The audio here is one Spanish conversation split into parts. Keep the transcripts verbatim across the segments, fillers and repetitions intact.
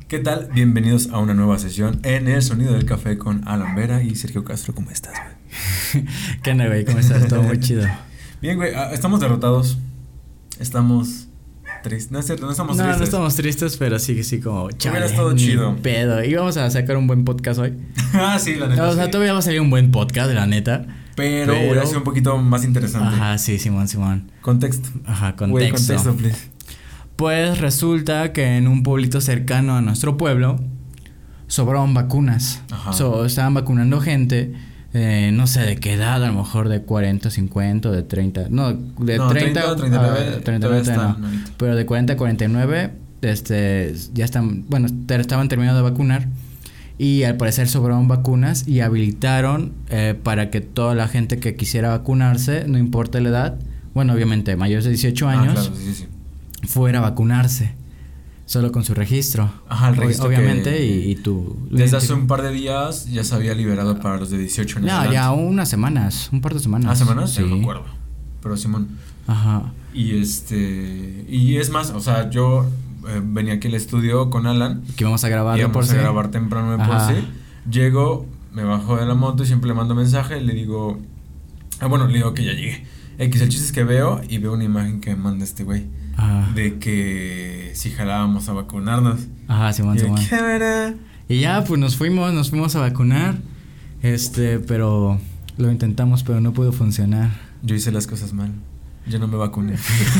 ¿Qué tal? Bienvenidos a una nueva sesión en El Sonido del Café con Alan Vera y Sergio Castro. ¿Cómo estás, güey? ¿Qué onda, güey? ¿Cómo estás? Todo muy chido. Bien, güey, estamos derrotados. Estamos tristes. No es cierto, no estamos no, tristes. No, no estamos tristes, pero sí, sí, como chale, hubiera estado chido. Pedo. Íbamos a sacar un buen podcast hoy. Ah, sí, la neta. O sea, sí. todavía va a salir un buen podcast, la neta. Pero, pero hubiera sido un poquito más interesante. Ajá, sí, Simón, Simón. Contexto. Ajá, contexto. Güey, contexto, please. Pues resulta que en un pueblito cercano a nuestro pueblo sobraron vacunas. Ajá. So, estaban vacunando gente, eh, no sé de qué edad, a lo mejor de cuarenta, cincuenta, de treinta. No, de no, treinta, treinta, treinta y nueve, uh, treinta y nueve no. Están, pero de cuarenta a cuarenta y nueve, este, ya están, bueno, estaban terminando de vacunar. Y al parecer sobraron vacunas y habilitaron eh, para que toda la gente que quisiera vacunarse, no importa la edad, bueno, obviamente mayores de dieciocho años, ah, claro, sí, sí. fuera a vacunarse. Solo con su registro. Ajá, el registro. Obviamente, que y, y tu. Desde hace un par de días ya se había liberado para los de dieciocho años. No, ya unas semanas, un par de semanas. ¿Ah, semanas? Sí. No me acuerdo. Pero Simón. Ajá. Y este. Y es más, o sea, yo eh, venía aquí al estudio con Alan. Que íbamos a grabar. Íbamos por a sí. grabar temprano de por sí. Llego, me bajo de la moto y siempre le mando mensaje. Le digo. Ah, bueno, le digo que ya llegué. X, el chiste es que veo y veo una imagen que me manda este güey. Ajá. De que si jalábamos a vacunarnos. Ajá, Simón, Simón. ¿Qué verá? Y ya, pues nos fuimos, nos fuimos a vacunar. Este, pero lo intentamos, pero no pudo funcionar. Yo hice las cosas mal. Yo no me vacuné.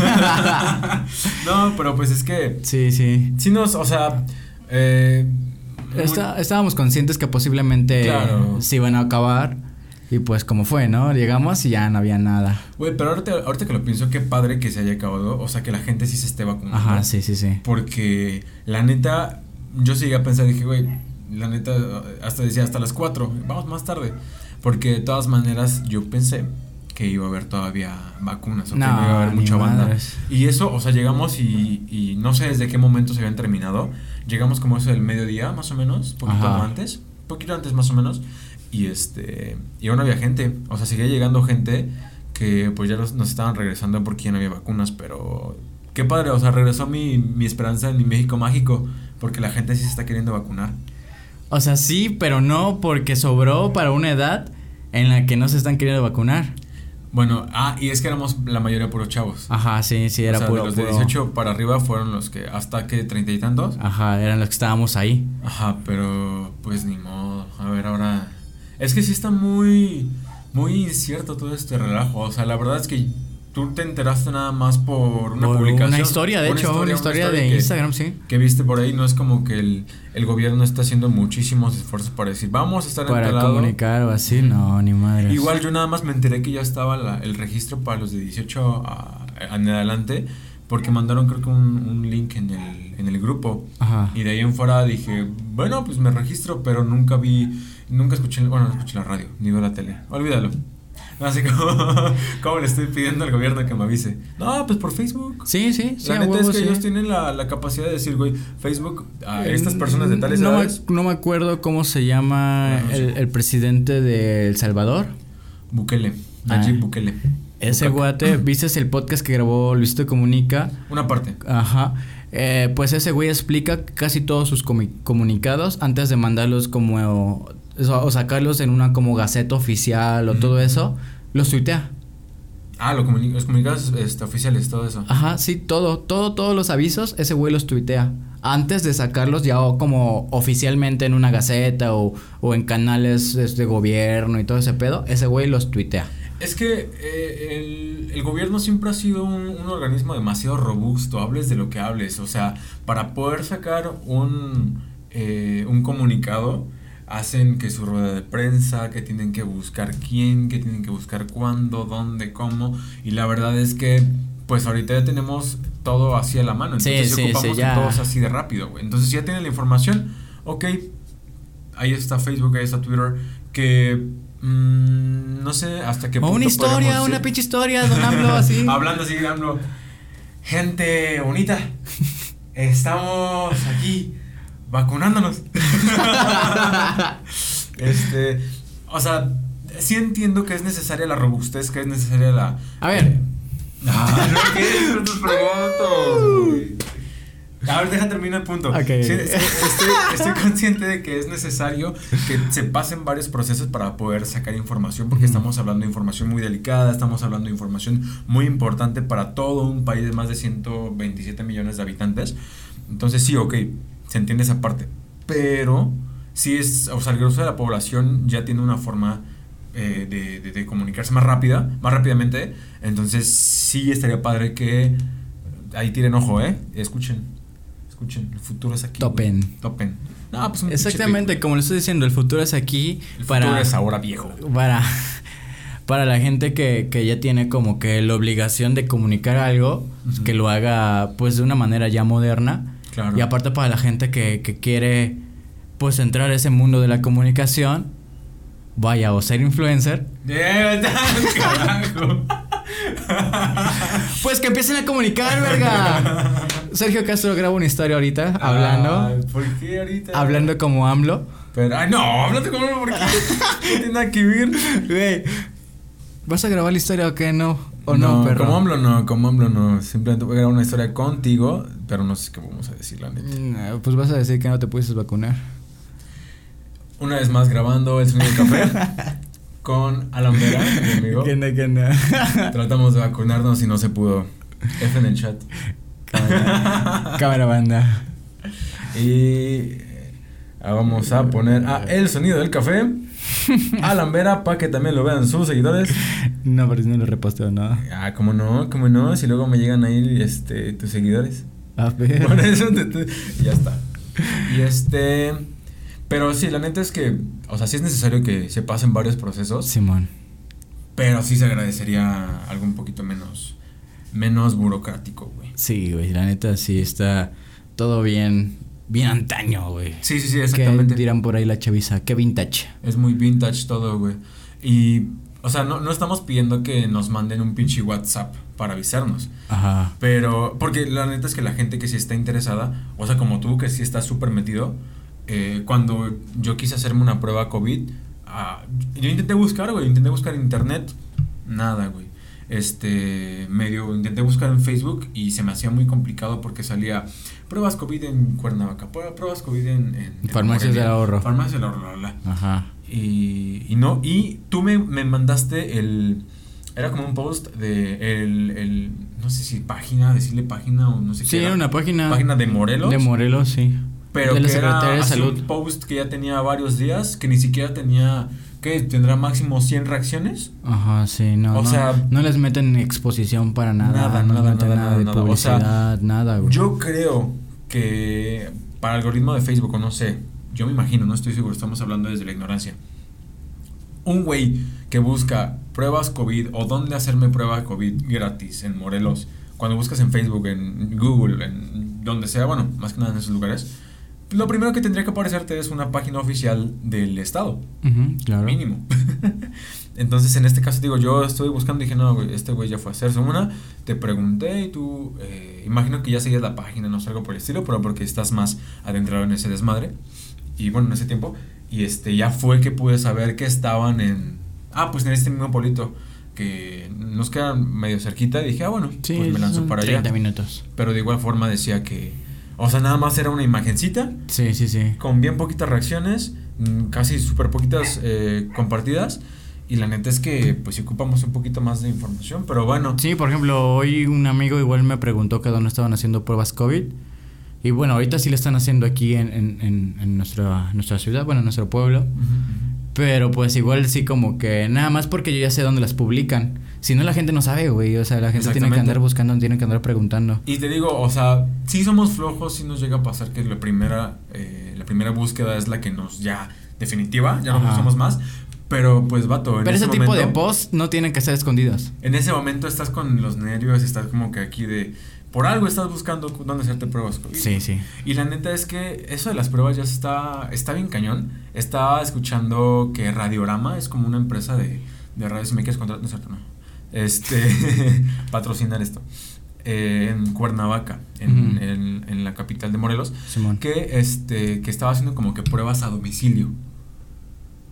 No, pero pues es que. Sí, sí. Sí, nos, o sea. Eh, Está, muy... Estábamos conscientes que posiblemente claro. se iban a acabar. Y pues como fue, ¿no? Llegamos y ya no había nada. Güey, pero ahorita, ahorita que lo pienso, qué padre que se haya acabado. O sea, que la gente sí se esté vacunando. Ajá, sí, sí, sí. Porque la neta, yo sí llegué a pensar, dije, güey, la neta, hasta decía hasta las cuatro, vamos más tarde. Porque de todas maneras yo pensé que iba a haber todavía vacunas o no, que no iba a haber mucha banda. Madres. Y eso, o sea, llegamos y, y no sé desde qué momento se habían terminado. Llegamos como eso del mediodía, más o menos, poquito Ajá. antes, poquito antes más o menos. Y este, y aún había gente, o sea, seguía llegando gente que pues ya nos, nos estaban regresando porque ya no había vacunas, pero qué padre, o sea, regresó mi, mi esperanza en mi México mágico, porque la gente sí se está queriendo vacunar. O sea, sí, pero no, porque sobró para una edad en la que no se están queriendo vacunar. Bueno, ah, y es que éramos la mayoría puros chavos. Ajá, sí, sí, era o sea, puro, de los puro. de dieciocho para arriba fueron los que, hasta que treinta y tantos. Ajá, eran los que estábamos ahí. Ajá, pero pues ni modo, a ver ahora. Es que sí está muy, muy incierto todo este relajo. O sea, la verdad es que tú te enteraste nada más por una por publicación. Una historia, de una hecho, historia, una historia, una historia de que, Instagram, sí. Que viste por ahí. No es como que el, el gobierno está haciendo muchísimos esfuerzos para decir, vamos a estar para comunicar o así, no, ni madre. Igual yo nada más me enteré que ya estaba la, el registro para los de dieciocho a, a, en adelante. Porque mandaron creo que un, un link en el, en el grupo. Ajá. Y de ahí en fuera dije, bueno, pues me registro, pero nunca vi, nunca escuché, bueno, no escuché la radio, ni veo la tele. Olvídalo. Así como, como le estoy pidiendo al gobierno que me avise. No, pues por Facebook. Sí, sí, sí. La neta huevo, es que sí. ellos tienen la, la capacidad de decir, güey, Facebook a estas personas de tales no edades. Me, no me acuerdo cómo se llama no, no el, el presidente de El Salvador. Bukele, Nayib ah. Bukele. Ese guate, ¿viste el podcast que grabó Luisito Comunica? Una parte. Ajá. Eh, pues ese güey explica casi todos sus comu- comunicados antes de mandarlos como o, o sacarlos en una como gaceta oficial o uh-huh. todo eso, los tuitea. Ah, lo comuni- los comunicados este, oficiales, todo eso. Ajá, sí, todo, todo, todos los avisos, ese güey los tuitea. Antes de sacarlos ya como oficialmente en una gaceta o, o en canales de gobierno y todo ese pedo, ese güey los tuitea. Es que eh, el, el gobierno siempre ha sido un, un organismo demasiado robusto, hables de lo que hables, o sea, para poder sacar un, eh, un comunicado, hacen que su rueda de prensa, que tienen que buscar quién, que tienen que buscar cuándo, dónde, cómo, y la verdad es que, pues ahorita ya tenemos todo así a la mano, entonces sí, sí, ocupamos sí, ya. que todo sea así de rápido, güey. Entonces ya tienen la información, ok, ahí está Facebook, ahí está Twitter, que... Mm, no sé hasta qué punto. O una historia, una pinche historia, don AMLO, así. Hablando así, AMLO. Gente bonita, estamos aquí vacunándonos. este, o sea, sí entiendo que es necesaria la robustez, que es necesaria la. A ver. Ah, no, ¿qué es tus preguntas? A ver, deja terminar el punto. Okay. Sí, sí, estoy, estoy consciente de que es necesario que se pasen varios procesos para poder sacar información, porque uh-huh. estamos hablando de información muy delicada, estamos hablando de información muy importante para todo un país de más de ciento veintisiete millones de habitantes. Entonces sí, ok, se entiende esa parte. Pero sí es, o sea, el grueso de la población ya tiene una forma eh, de, de, de comunicarse más rápida, más rápidamente. Entonces sí estaría padre que ahí tiren ojo, ¿eh? Escuchen, escuchen, el futuro es aquí. Topen. Wey. Topen. No, pues un exactamente, como le estoy diciendo, el futuro es aquí. El para, futuro es ahora, viejo. Para, para la gente que, que ya tiene como que la obligación de comunicar algo, uh-huh. que lo haga pues de una manera ya moderna. Claro. Y aparte para la gente que, que quiere pues entrar a ese mundo de la comunicación, vaya, o ser influencer. Yeah, carajo. Pues que empiecen a comunicar, verga. Sergio Castro graba una historia ahorita hablando. Ay, ¿por qué ahorita? Hablando como AMLO. Pero, ay, no, hablando como AMLO, ¿por qué? No tiene nada que ver. Güey, ¿vas a grabar la historia o qué? No, o no, no, perro. Como AMLO no, como AMLO no. Simplemente voy a grabar una historia contigo, pero no sé qué vamos a decir, la neta. Pues vas a decir que no te pudiste vacunar. Una vez más grabando el sonido del café con Alan Vera, mi amigo. ¿Qué no, qué no? Tratamos de vacunarnos y no se pudo. F en el chat. Cámara, cámara banda. Y vamos a poner ah, el sonido del café. Alan Vera, para que también lo vean sus seguidores. No, pero si no lo reposteo, no. Ah, ¿cómo no? ¿Cómo no? Si luego me llegan ahí este, tus seguidores. A ver. Por eso te, te, ya está. Y este... Pero sí, la neta es que, o sea, sí es necesario que se pasen varios procesos. Simón. Pero sí se agradecería algo un poquito menos, menos burocrático, güey. Sí, güey, la neta sí está todo bien, bien antaño, güey. Sí, sí, sí, exactamente. ¿Qué dirán por ahí la chaviza? Qué vintage. Es muy vintage todo, güey. Y, o sea, no, no estamos pidiendo que nos manden un pinche WhatsApp para avisarnos. Ajá. Pero, porque la neta es que la gente que sí está interesada, o sea, como tú, que sí está súper metido... Eh, cuando yo quise hacerme una prueba COVID, uh, yo intenté buscar, güey, intenté buscar en internet, nada, güey. Este, medio intenté buscar en Facebook y se me hacía muy complicado porque salía pruebas COVID en Cuernavaca, pruebas COVID en, en, en Farmacias del Ahorro. Farmacias del Ahorro, bla, bla. Ajá. Y, y no, y tú me, me mandaste el, era como un post de el, el, no sé si página, decirle página o no sé sí, qué. Sí, era una página. Página de Morelos. De Morelos, sí. Pero de la que Secretaría era de Salud. Un post que ya tenía varios días, que ni siquiera tenía, ¿qué? ¿Tendrá máximo cien reacciones? Ajá, sí, no, o no, sea, no les meten exposición para nada, nada, no nada, les meten nada, nada, nada, de nada. publicidad, O sea, nada, güey. Yo creo que para el algoritmo de Facebook, o no sé, yo me imagino, no estoy seguro, estamos hablando desde la ignorancia. Un güey que busca pruebas COVID o dónde hacerme prueba COVID gratis en Morelos, cuando buscas en Facebook, en Google, en donde sea, bueno, más que nada en esos lugares, lo primero que tendría que aparecerte es una página oficial del estado. Uh-huh, claro. Mínimo. Entonces, en este caso, digo, yo estoy buscando y dije, no, güey, este güey ya fue a hacerse una. Te pregunté y tú, eh, imagino que ya seguías la página, no sé, algo por el estilo, pero porque estás más adentrado en ese desmadre. Y bueno, en ese tiempo. Y este, ya fue que pude saber que estaban en... Ah, pues en este mismo pueblito, que nos queda medio cerquita. Y dije, ah, bueno, sí, pues me lanzo para allá. treinta minutos. Pero de igual forma decía que... O sea, nada más era una imagencita. Sí, sí, sí. Con bien poquitas reacciones, casi súper poquitas eh, compartidas. Y la neta es que, pues, si ocupamos un poquito más de información, pero bueno. Sí, por ejemplo, hoy un amigo igual me preguntó que dónde estaban haciendo pruebas COVID. Y bueno, ahorita sí le están haciendo aquí en, en, en, en nuestra, nuestra ciudad, bueno, en nuestro pueblo. Uh-huh. Pero pues igual sí como que nada más porque yo ya sé dónde las publican. Si no, la gente no sabe, güey. O sea, la gente tiene que andar buscando, tiene que andar preguntando. Y te digo, o sea, sí somos flojos, sí nos llega a pasar que la primera, eh, la primera búsqueda es la que nos ya definitiva, ya no somos más. Pero pues, vato, en Pero ese, ese momento, tipo de posts no tienen que estar escondidos. En ese momento estás con los nervios, estás como que aquí de... Por algo estás buscando dónde hacerte pruebas COVID. Sí, sí. Y la neta es que eso de las pruebas ya está, está bien cañón. Estaba escuchando que Radiorama es como una empresa de, de radio. Si me quieres contratar, no es cierto, no. Este, patrocinar esto. Eh, en Cuernavaca, en, uh-huh. en, en la capital de Morelos. Simón. Que, este, que estaba haciendo como que pruebas a domicilio.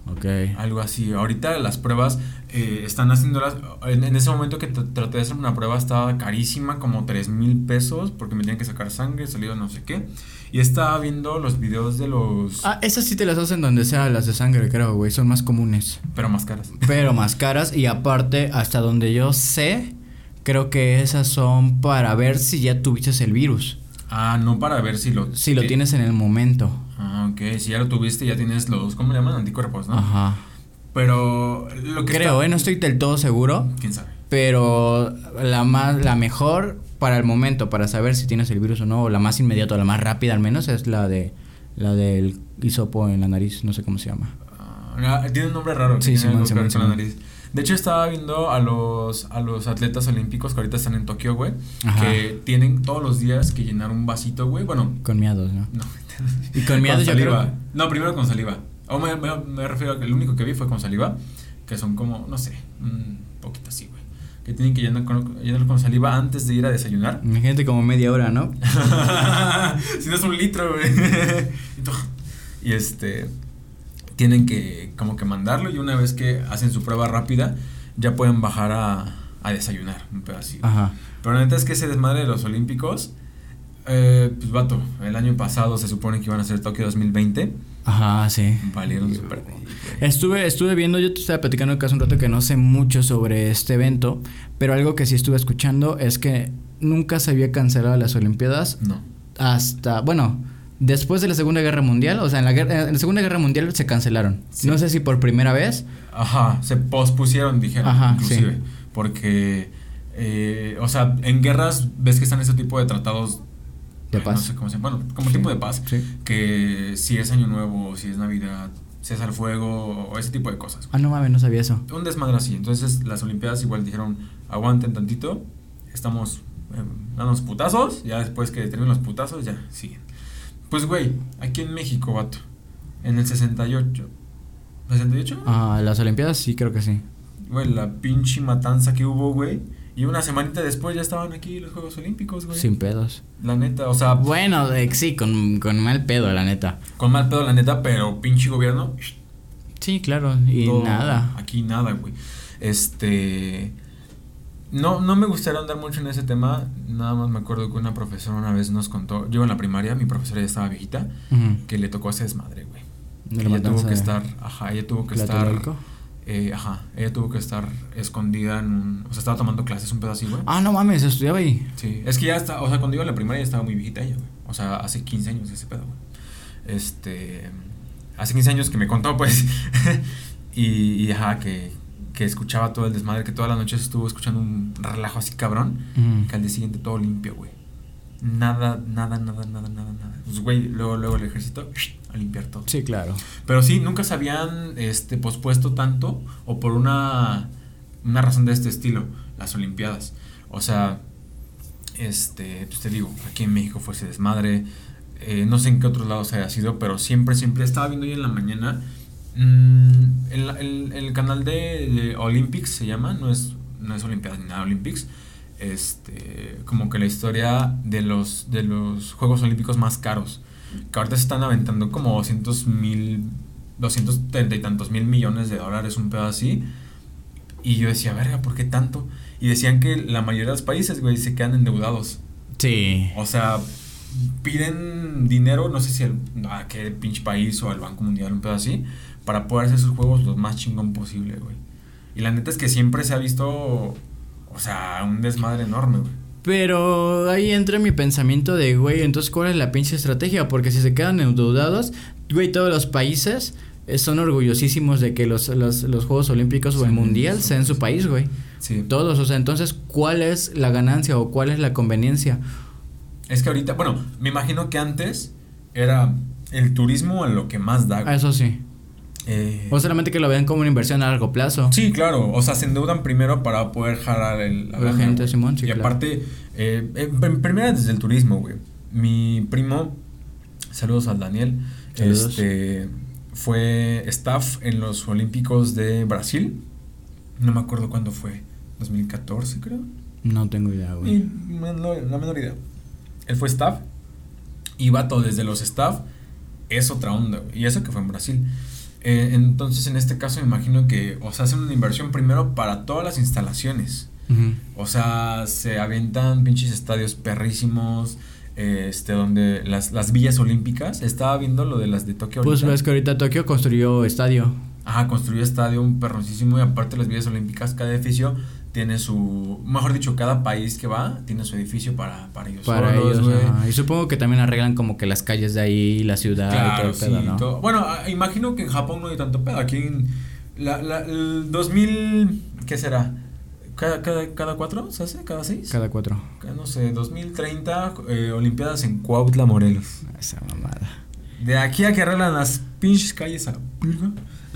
Ok. Algo así. Ahorita las pruebas eh, están haciéndolas. En, en ese momento que t- traté de hacer una prueba estaba carísima, como tres mil pesos, porque me tenían que sacar sangre, salido no sé qué. Y estaba viendo los videos de los. Ah, esas sí te las hacen donde sea, las de sangre, creo, güey. Son más comunes. Pero más caras. Pero más caras. Y aparte, hasta donde yo sé, creo que esas son para ver si ya tuviste el virus. Ah, no para ver si lo. Si lo tienes en el momento. Ah, ok. Si ya lo tuviste, ya tienes los. ¿Cómo le llaman? Anticuerpos, ¿no? Ajá. Pero. Lo que Creo, está... eh. No estoy del todo seguro. ¿Quién sabe? Pero la más, la mejor para el momento, para saber si tienes el virus o no, o la más inmediata, o la más rápida al menos, es la de la del hisopo en la nariz, no sé cómo se llama. Uh, tiene un nombre raro. Sí, tiene Simón, algo que Simón, ver con la Simón. nariz. De hecho, estaba viendo a los a los atletas olímpicos que ahorita están en Tokio, güey, que tienen todos los días que llenar un vasito, güey. Bueno, con miados, ¿no? No. Y con miados yo saliva. creo. No, primero con saliva. O me, me, me refiero a que el único que vi fue con saliva, que son como, no sé, un poquito así, güey. Que tienen que llenar con, llenar con saliva antes de ir a desayunar. Imagínate como media hora, ¿no? Si no es un litro, güey. Y este, tienen que como que mandarlo y una vez que hacen su prueba rápida, ya pueden bajar a, a desayunar un pedacito. Ajá. Pero la neta es que ese desmadre de los olímpicos, eh, pues vato, el año pasado se supone que iban a ser Tokio dos mil veinte. Ajá, sí. Valieron súper. Estuve, estuve viendo, yo te estaba platicando que hace un rato que no sé mucho sobre este evento, pero algo que sí estuve escuchando es que nunca se había cancelado las Olimpiadas. No. Hasta, bueno, después de la Segunda Guerra Mundial, o sea, en la, guerra, en la Segunda Guerra Mundial se cancelaron. Sí. No sé si por primera vez. Ajá, se pospusieron, dijeron. Ajá, inclusive. sí. Porque, eh, o sea, en guerras ves que están ese tipo de tratados de paz. No sé cómo se llama. Bueno, como sí. tipo de paz. Sí. Que si es Año Nuevo, si es Navidad, cesa el fuego, o ese tipo de cosas. Ah, no mames, no sabía eso. Un desmadre así. Entonces, las Olimpiadas igual dijeron, aguanten tantito, estamos eh, dando los putazos, ya después que terminen los putazos, ya siguen. Pues, güey, aquí en México, vato, en el sesenta y ocho. ¿sesenta y ocho? Ah, las Olimpiadas sí, creo que sí. Güey, la pinche matanza que hubo, güey. Y una semanita después ya estaban aquí los Juegos Olímpicos, güey. Sin pedos. La neta, o sea... Bueno, eh, sí, con, con mal pedo, la neta. Con mal pedo, la neta, pero pinche gobierno... Sí, claro, y todo, nada. Aquí nada, güey. Este... No, no me gustaría andar mucho en ese tema. Nada más me acuerdo que una profesora una vez nos contó... Yo en la primaria, mi profesora ya estaba viejita. Uh-huh. Que le tocó ese desmadre, güey. Ella tuvo que estar... Ajá, ella tuvo que estar... Eh, ajá, ella tuvo que estar escondida en un... O sea, estaba tomando clases un pedazo así, güey. Ah, no mames, estudiaba ahí. Sí, es que ya está... O sea, cuando iba a la primaria ya estaba muy viejita ella, güey. O sea, hace quince años ese pedo, güey. Este... Hace quince años que me contó, pues. y, y, ajá, que, que escuchaba todo el desmadre. Que todas las noches estuvo escuchando un relajo así cabrón. Uh-huh. Que al día siguiente todo limpio, güey. Nada, nada, nada, nada, nada, nada. Pues, güey, luego, luego el ejército a limpiar todo. Sí, claro. Pero sí, nunca se habían este, pospuesto tanto o por una, una razón de este estilo, las Olimpiadas. O sea, este, pues te digo, aquí en México fue ese desmadre. Eh, no sé en qué otros lados haya sido, pero siempre, siempre estaba viendo hoy en la mañana. Mmm, el, el, el canal de, de Olympics se llama, no es, no es Olimpiadas ni nada, Olympics. Este, como que la historia de los, de los Juegos Olímpicos más caros. Que ahorita se están aventando como doscientos mil, doscientos treinta y tantos mil millones de dólares, un pedo así. Y yo decía, verga, ¿por qué tanto? Y decían que la mayoría de los países, güey, se quedan endeudados. Sí. O sea, piden dinero, no sé si al, a qué pinche país o al Banco Mundial, un pedo así, para poder hacer sus juegos lo más chingón posible, güey. Y la neta es que siempre se ha visto, o sea, un desmadre enorme, güey. Pero ahí entra mi pensamiento de, güey, entonces, ¿cuál es la pinche estrategia? Porque si se quedan endeudados, güey, todos los países son orgullosísimos de que los, los, los Juegos Olímpicos sí, o el Mundial sí, sea en su país, güey. Sí. Todos, o sea, entonces, ¿cuál es la ganancia o cuál es la conveniencia? Es que ahorita, bueno, me imagino que antes era el turismo en lo que más da, güey. Eso sí. Eh, o solamente que lo vean como una inversión a largo plazo. Sí, claro, o sea, se endeudan primero para poder jalar el, la, la gana, gente, Simón, sí, y claro. aparte, eh, en primera desde el turismo, güey. Mi primo, saludos al Daniel, saludos. este fue staff en los Olímpicos de Brasil. No me acuerdo cuándo fue, dos mil catorce creo. No tengo idea, güey. Y, no, la menor idea. Él fue staff y vato, desde los staff es otra onda, güey. Y eso que fue en Brasil. Eh, entonces, en este caso, me imagino que, o sea, hacen una inversión primero para todas las instalaciones. Uh-huh. O sea, se avientan pinches estadios perrísimos, eh, este, donde las, las villas olímpicas. Estaba viendo lo de las de Tokio ahorita. Pues ves que ahorita Tokio construyó estadio. Ajá, construyó estadio, un perroncísimo, y aparte las villas olímpicas, cada edificio tiene su, mejor dicho, cada país que va tiene su edificio para, para ellos para solos, ellos, güey. Y supongo que también arreglan como que las calles de ahí, la ciudad, Claro, y todo el pedo, sí, ¿no? todo. Bueno, a, imagino que en Japón no hay tanto pedo. Aquí en la, la, el dos mil, ¿qué será? ¿Cada, cada, cada cuatro se hace? ¿Cada seis? Cada cuatro. No sé, dos mil treinta, eh, Olimpiadas en Cuautla, Morelos. Esa mamada. De aquí a que arreglan las pinches calles a la...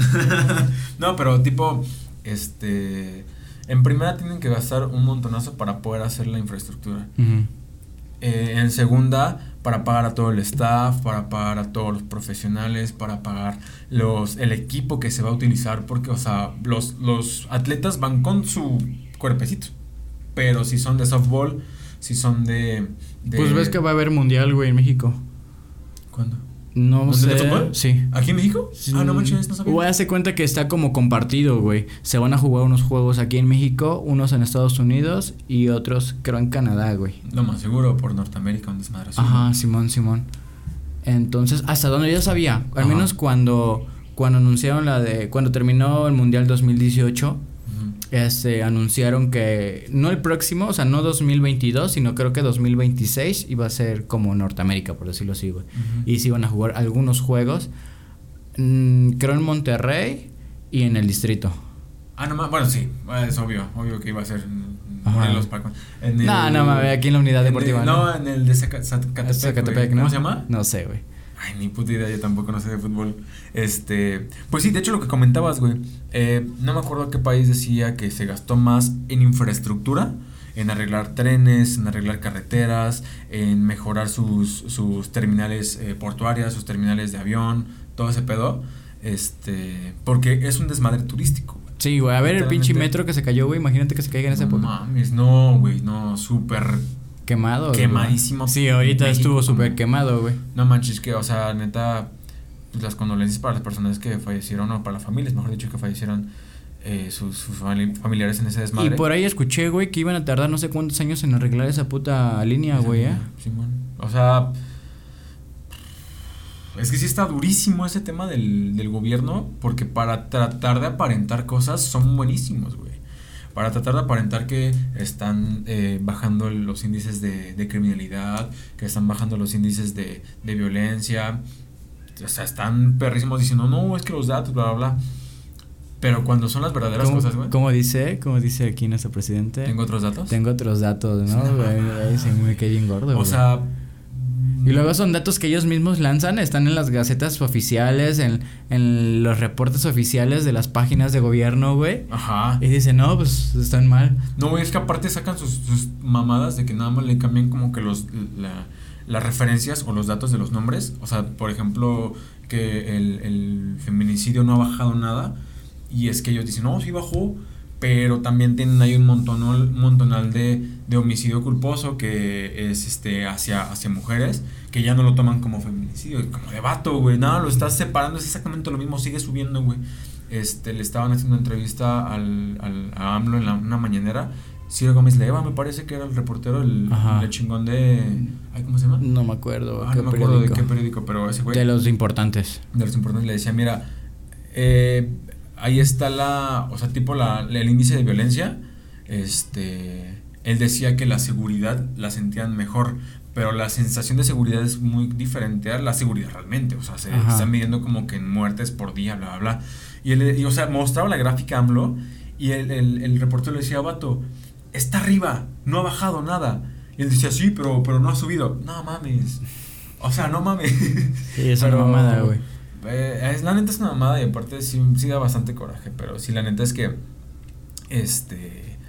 No, pero tipo, este... En primera tienen que gastar un montonazo para poder hacer la infraestructura. Uh-huh. Eh, en segunda, para pagar a todo el staff, para pagar a todos los profesionales, para pagar los el equipo que se va a utilizar, porque, o sea, los, los atletas van con su cuerpecito, pero si son de softball, si son de, de... Pues ves que va a haber mundial, güey, en México. ¿Cuándo? No sé. ¿De fútbol? Sí. ¿Aquí en México? Sí. Ah, no manches, no sabía. Güey, hace cuenta que está como compartido, güey. Se van a jugar unos juegos aquí en México, unos en Estados Unidos y otros, creo, en Canadá, güey. Lo más seguro, por Norteamérica, un desmadrazo. Ajá, Simón, Simón. Entonces, hasta donde yo sabía, al Ajá. menos cuando, cuando anunciaron la de... Cuando terminó el Mundial dos mil dieciocho... Este, anunciaron que no el próximo, o sea, no dos mil veintidós, sino creo que dos mil veintiséis iba a ser como Norteamérica, por decirlo así, güey. Uh-huh. Y se iban a jugar algunos juegos, mmm, creo en Monterrey y en el Distrito. Ah, no, bueno, sí, es obvio, obvio que iba a ser en los parques. No, no, mames, aquí en la unidad deportiva. El, no, no, en el de Zacatepec, Zacatepec, ¿no? ¿no? ¿Cómo se llama? No sé, güey. Ay, ni puta idea, yo tampoco no sé de fútbol. Este, pues sí, de hecho lo que comentabas, güey. Eh, no me acuerdo qué país decía que se gastó más en infraestructura, en arreglar trenes, en arreglar carreteras, en mejorar sus, sus terminales eh, portuarias, sus terminales de avión, todo ese pedo. Este, porque es un desmadre turístico. Sí, güey, a ver el pinche metro que se cayó, güey, imagínate que se caiga en esa época. No mames, no, güey, no, súper... Quemado, quemadísimo. Güey. Sí, ahorita México, estuvo súper quemado, güey. No manches, que, o sea, neta, pues las condolencias para las personas que fallecieron, o para las familias, mejor dicho, que fallecieron eh, sus, sus familiares en ese desmadre. Y por ahí escuché, güey, que iban a tardar no sé cuántos años en arreglar esa puta línea, güey, ¿eh? Simón. O sea, es que sí está durísimo ese tema del, del gobierno, porque para tratar de aparentar cosas son buenísimos, güey. Para tratar de aparentar que están eh, bajando los índices de, de criminalidad, que están bajando los índices de, de violencia. O sea, están perrísimos diciendo, no, es que los datos, bla, bla, bla. Pero cuando son las verdaderas ¿Cómo, cosas, güey. ¿Cómo dice? ¿Cómo dice aquí nuestro presidente? ¿Tengo otros datos? Tengo otros datos, ¿no? Güey, se me quedé bien gordo, O güey. sea... Y luego son datos que ellos mismos lanzan, están en las gacetas oficiales, en, en los reportes oficiales de las páginas de gobierno, güey. Ajá. Y dicen, no, pues están mal. No, güey, es que aparte sacan sus, sus mamadas de que nada más le cambian como que los la, las referencias o los datos de los nombres. O sea, por ejemplo, que el, el feminicidio no ha bajado nada. Y es que ellos dicen, no, sí bajó. Pero también tienen ahí un montonal, un montonal de, de homicidio culposo que es este hacia, hacia mujeres, que ya no lo toman como feminicidio, como de vato, güey. Nada, lo estás separando, es exactamente lo mismo, sigue subiendo, güey. Este, le estaban haciendo una entrevista al, al, a AMLO en la, una mañanera. Ciro Gómez Leiva, me parece que era el reportero, el, el chingón de... Ay, ¿cómo se llama? No me acuerdo. Ah, no me acuerdo de qué periódico, pero ese güey... De los importantes. De los importantes, le decía, mira, eh... ahí está la, o sea, tipo la, el índice de violencia, este, él decía que la seguridad la sentían mejor, pero la sensación de seguridad es muy diferente a la seguridad realmente, o sea, se Ajá. están midiendo como que en muertes por día, bla, bla, bla, y él, y, o sea, mostraba la gráfica AMLO, y el, el, el reportero le decía, vato, está arriba, no ha bajado nada, y él decía, sí, pero, pero no ha subido, no mames, o sea, no mames. Sí, es una mamada, güey. Eh, es, la neta es una mamada y aparte sí, sí da bastante coraje, pero sí, la neta es que este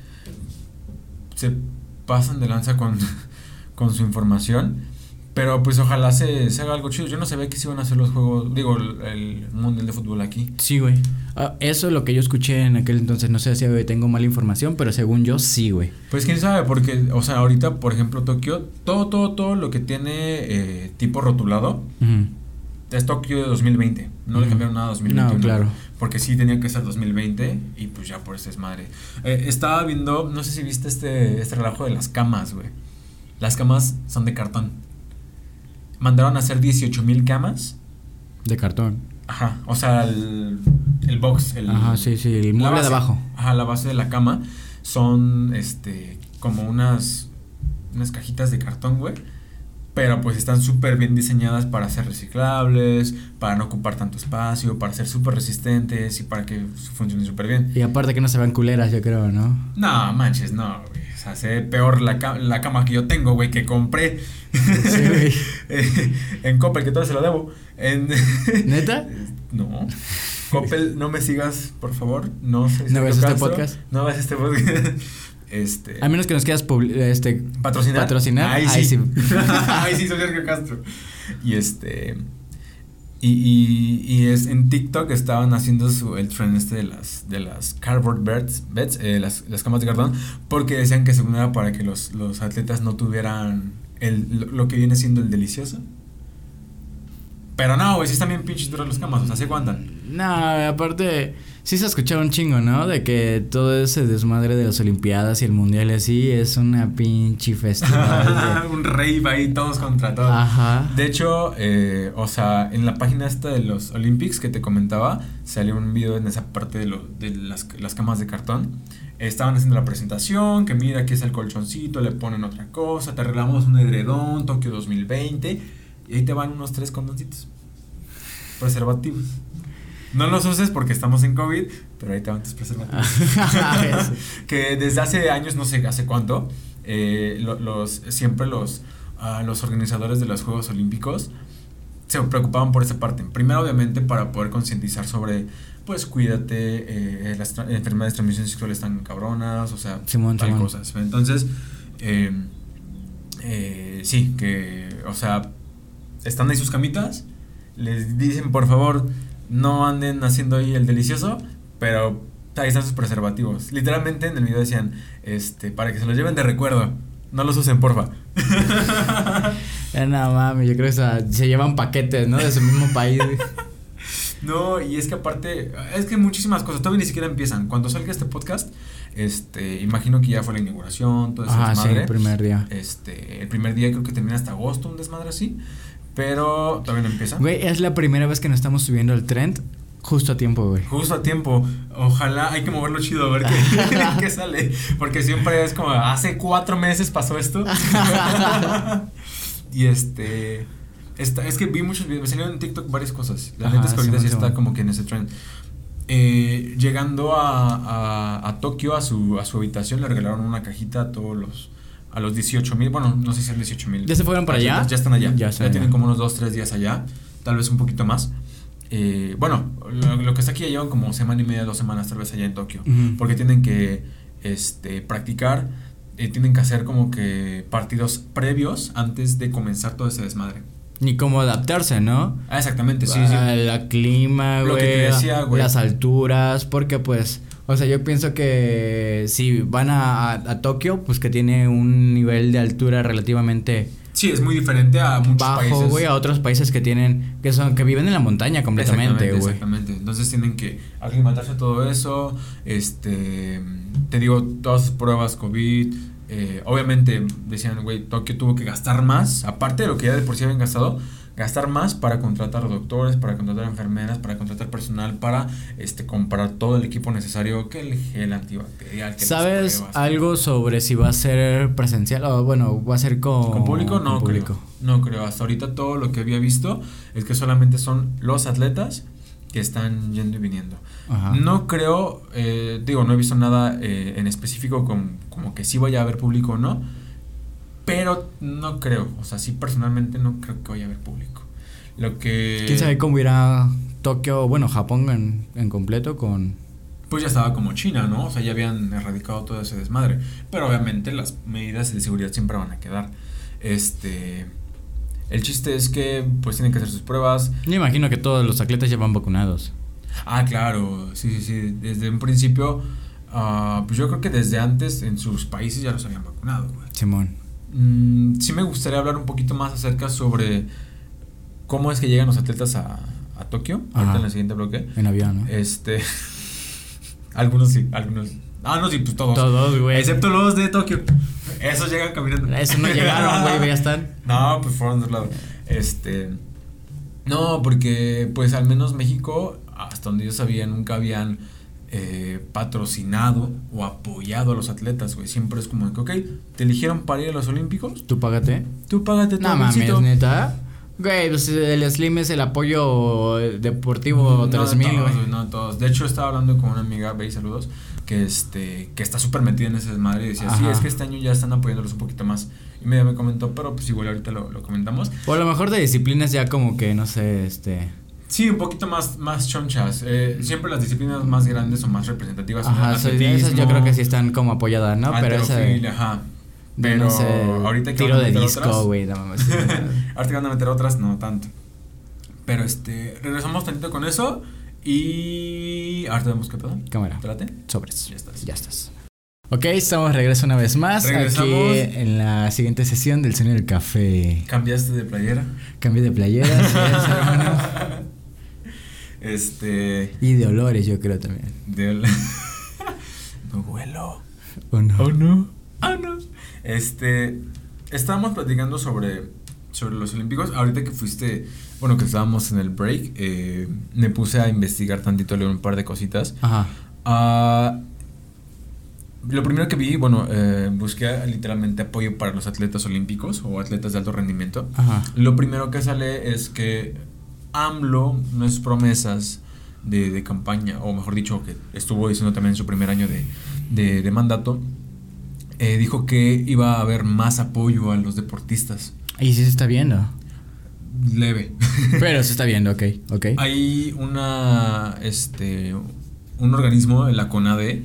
se pasan de lanza con, con su información, pero pues ojalá se, se haga algo chido. Yo no sabía que se iban a hacer los juegos, digo, el, el mundial de fútbol aquí. Sí, güey. Uh, eso es lo que yo escuché en aquel entonces, no sé si tengo mala información, pero según yo sí, güey. Pues quién sabe, porque, o sea, ahorita, por ejemplo, Tokio, todo, todo, todo lo que tiene eh, tipo rotulado, uh-huh. es Tokio de dos mil veinte, no mm. le cambiaron nada a dos mil veintiuno. No, claro. Porque sí tenía que ser dos mil veinte y pues ya por eso es madre. Eh, estaba viendo, no sé si viste este, este relajo de las camas, güey. Las camas son de cartón. Mandaron a hacer dieciocho mil camas. De cartón. Ajá, o sea, el, el box. El, ajá, sí, sí, el mueble de abajo. Ajá, la base de la cama son, este, como unas, unas cajitas de cartón, güey. Pero pues están súper bien diseñadas para ser reciclables, para no ocupar tanto espacio, para ser súper resistentes y para que funcionen súper bien. Y aparte que no se vean culeras, yo creo, ¿no? No, manches, no, güey. O sea, se ve peor la, ca- la cama que yo tengo, güey, que compré. Sí, güey. En Coppel, que todo se lo debo. En ¿Neta? No. Coppel, no me sigas, por favor. No sé si ¿No ves este podcast? No ves este podcast. Este... A menos que nos quieras publi- este, patrocinar. Patrocinar. Ahí sí. Ahí sí, Ahí sí soy Sergio Castro. Y este. Y, y, y es en TikTok estaban haciendo su, el trend este de las de las cardboard beds, beds eh, las, las camas de cartón, porque decían que según era para que los, los atletas no tuvieran el, lo, lo que viene siendo el delicioso. Pero no, güey, sí están bien pinches duras las camas, o sea, se aguantan. No, aparte, sí se ha escuchado un chingo, ¿no? De que todo ese desmadre de las Olimpiadas y el Mundial y así es una pinche festival. De... un rave ahí, todos contra todos. Ajá. De hecho, eh, o sea, en la página esta de los Olympics que te comentaba, salió un video en esa parte de, lo, de las, las camas de cartón. Estaban haciendo la presentación, que mira, aquí es el colchoncito, le ponen otra cosa, te arreglamos un edredón, Tokio dos mil veinte, y ahí te van unos tres condoncitos. Preservativos. No los uses porque estamos en COVID, pero ahí te van tus preservativos. Que desde hace años, no sé hace cuánto, eh, lo, los siempre los, uh, los organizadores de los Juegos Olímpicos se preocupaban por esa parte. Primero, obviamente, para poder concientizar sobre, pues, cuídate, eh, las tra- enfermedades de transmisión sexual están cabronas, o sea, Simón, tal Simón. cosas. Entonces, eh, eh, sí, que, o sea, están ahí sus camitas, les dicen, por favor, no anden haciendo ahí el delicioso, pero ahí están sus preservativos. Literalmente en el video decían, este, para que se los lleven de recuerdo, no los usen, porfa. Eh, no mami, yo creo que o sea, se llevan paquetes, ¿no? De su mismo país. No, y es que aparte, es que muchísimas cosas, todavía ni siquiera empiezan. Cuando salga este podcast, este, imagino que ya fue la inauguración, todo ese Ajá, desmadre. sí, el primer día. Este, el primer día creo que termina hasta agosto, un desmadre así. Pero todavía no empieza. Güey, es la primera vez que nos estamos subiendo al trend justo a tiempo, güey. Justo a tiempo. Ojalá, hay que moverlo chido a ver qué, qué sale. Porque siempre es como, hace cuatro meses pasó esto. Y este... Esta, es que vi muchos videos, me salieron en TikTok varias cosas. La neta es que ahorita sí está como que en ese trend. Eh, llegando a, a, a Tokio, a su, a su habitación, le regalaron una cajita a todos los... A los dieciocho mil, bueno, no sé si son dieciocho mil. ¿Ya se fueron para allá? Ya están allá. Ya, ya allá. Tienen como unos dos, tres días allá. Tal vez un poquito más. Eh, bueno, lo, lo que está aquí ya llevan como semana y media, dos semanas tal vez allá en Tokio. Uh-huh. Porque tienen que este, practicar, eh, tienen que hacer como que partidos previos antes de comenzar todo ese desmadre. Ni cómo adaptarse, ¿no? Ah, exactamente, sí, ah, sí. El clima, güey. Lo que te decía, güey. Las alturas, porque pues... O sea, yo pienso que si van a, a, a Tokio, pues que tiene un nivel de altura relativamente... Sí, es muy diferente a muchos bajo, países. Bajo, güey, a otros países que tienen... Que son que viven en la montaña completamente, güey. Exactamente, entonces tienen que aclimatarse a todo eso. Este... Te digo, todas sus pruebas COVID... Eh, obviamente decían, güey, Tokio tuvo que gastar más, aparte de lo que ya de por sí habían gastado, gastar más para contratar doctores, para contratar enfermeras, para contratar personal, para este comprar todo el equipo necesario, que el gel antibacterial, que ¿sabes pruebas, algo sobre si va a ser presencial o bueno, va a ser con, ¿con público? No con creo, público. no creo, hasta ahorita todo lo que había visto es que solamente son los atletas que están yendo y viniendo. Ajá. No creo, eh, digo, no he visto nada eh, en específico con, como que sí vaya a haber público o no, pero no creo, o sea, sí personalmente no creo que vaya a haber público. Lo que... ¿Quién sabe cómo irá Tokio, bueno, Japón en, en completo con... Pues ya estaba como China, ¿no? O sea, ya habían erradicado todo ese desmadre, pero obviamente las medidas de seguridad siempre van a quedar. Este... El chiste es que pues tienen que hacer sus pruebas. Yo imagino que todos los atletas ya van vacunados. Ah, claro, sí, sí, sí. Desde un principio, uh, pues yo creo que desde antes en sus países ya los habían vacunado, güey. Simón. Mm, sí me gustaría hablar un poquito más acerca sobre cómo es que llegan los atletas a, a Tokio. Ajá. Ahorita en el siguiente bloque. En avión, ¿no? Este. Algunos sí, algunos. Ah, no, sí, pues todos. Todos, güey. Excepto los de Tokio. Esos llegan caminando. Esos no llegaron, güey, ya están. No, pues fueron de otro lado. Este. No, porque, pues al menos México, hasta donde yo sabía, nunca habían eh, patrocinado o apoyado a los atletas, güey. Siempre es como que, ok, te eligieron para ir a los Olímpicos. ¿Tú págate? Tú págate todo. No mames, neta. Güey, pues el Slim es el apoyo deportivo no tres mil, güey. güey. No todos. De hecho, estaba hablando con una amiga, ve y saludos, que este, que está súper metida en ese desmadre y decía, Ajá. sí, es que este año ya están apoyándolos un poquito más. Y medio me comentó, pero pues igual ahorita lo, lo comentamos. O a lo mejor de disciplinas ya como que, no sé, este... Sí, un poquito más, más chonchas. Eh, siempre las disciplinas más grandes o más representativas. Ajá, son sí, esas yo creo que sí están como apoyadas, ¿no? Pero esa... Ajá. de, Pero no sé, ahorita que tiro van a de meter disco, otras- güey, no mames. ahorita que van a meter otras, no tanto. Pero este, regresamos tantito con eso y ahorita vemos qué pedo. Cámara. ¿Te late? Sobres. Ya estás. Ya estás. Ok, estamos de regreso una vez más. Regresamos. Aquí en la siguiente sesión del Sonido del Café. ¿Cambiaste de playera? Cambio de playeras, sí, hermano. Este. Y de olores, yo creo también. Del. No huelo. ¿O no? Oh no. Oh no. Este. Estábamos platicando sobre. Sobre los Olímpicos. Ahorita que fuiste. Bueno, que estábamos en el break. Eh, me puse a investigar tantito, a leer un par de cositas. Ajá. Ah. Lo primero que vi, bueno, eh, busqué literalmente apoyo para los atletas olímpicos o atletas de alto rendimiento. Ajá. Lo primero que sale es que AMLO, no es promesas de, de campaña, o mejor dicho, que estuvo diciendo también en su primer año de, de, de mandato, eh, dijo que iba a haber más apoyo a los deportistas. Y sí se está viendo. Leve. Pero se está viendo, ok, ok. Hay una, este, un organismo, la CONADE.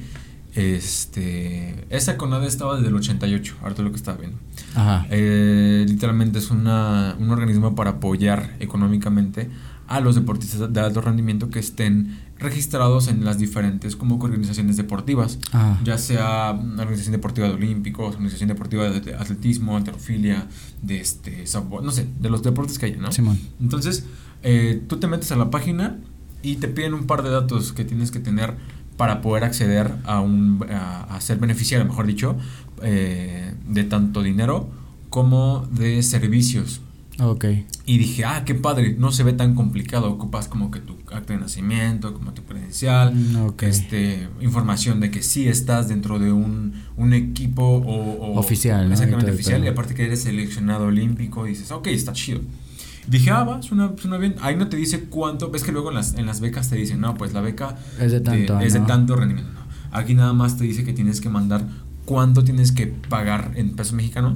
Este, esa CONADE estaba desde el ochenta y ocho, ahorita lo que estaba viendo. Ajá. Eh, literalmente es una, un organismo para apoyar económicamente a los deportistas de alto rendimiento que estén registrados en las diferentes como que organizaciones deportivas. Ajá. Ya sea una organización deportiva de olímpicos, organización deportiva de atletismo, halterofilia, de este softball, no sé, de los deportes que haya, ¿no? Simón. Entonces, eh, tú te metes a la página y te piden un par de datos que tienes que tener para poder acceder a un a, a ser beneficiario, mejor dicho, eh, de tanto dinero como de servicios. Ok. Y dije, ah, qué padre, no se ve tan complicado. Ocupas como que tu acta de nacimiento, como tu credencial, Mm, ok. este, información de que sí estás dentro de un, un equipo o, o Oficial, ¿no? exactamente Y todo, oficial, todo. y aparte que eres seleccionado olímpico, dices, ok, está chido. Dije, ah, va, suena, suena bien. Ahí no te dice cuánto, ves que luego en las, en las becas te dicen, no, pues la beca Es de tanto, es de ¿no? tanto rendimiento. No. Aquí nada más te dice que tienes que mandar cuánto tienes que pagar en peso mexicano,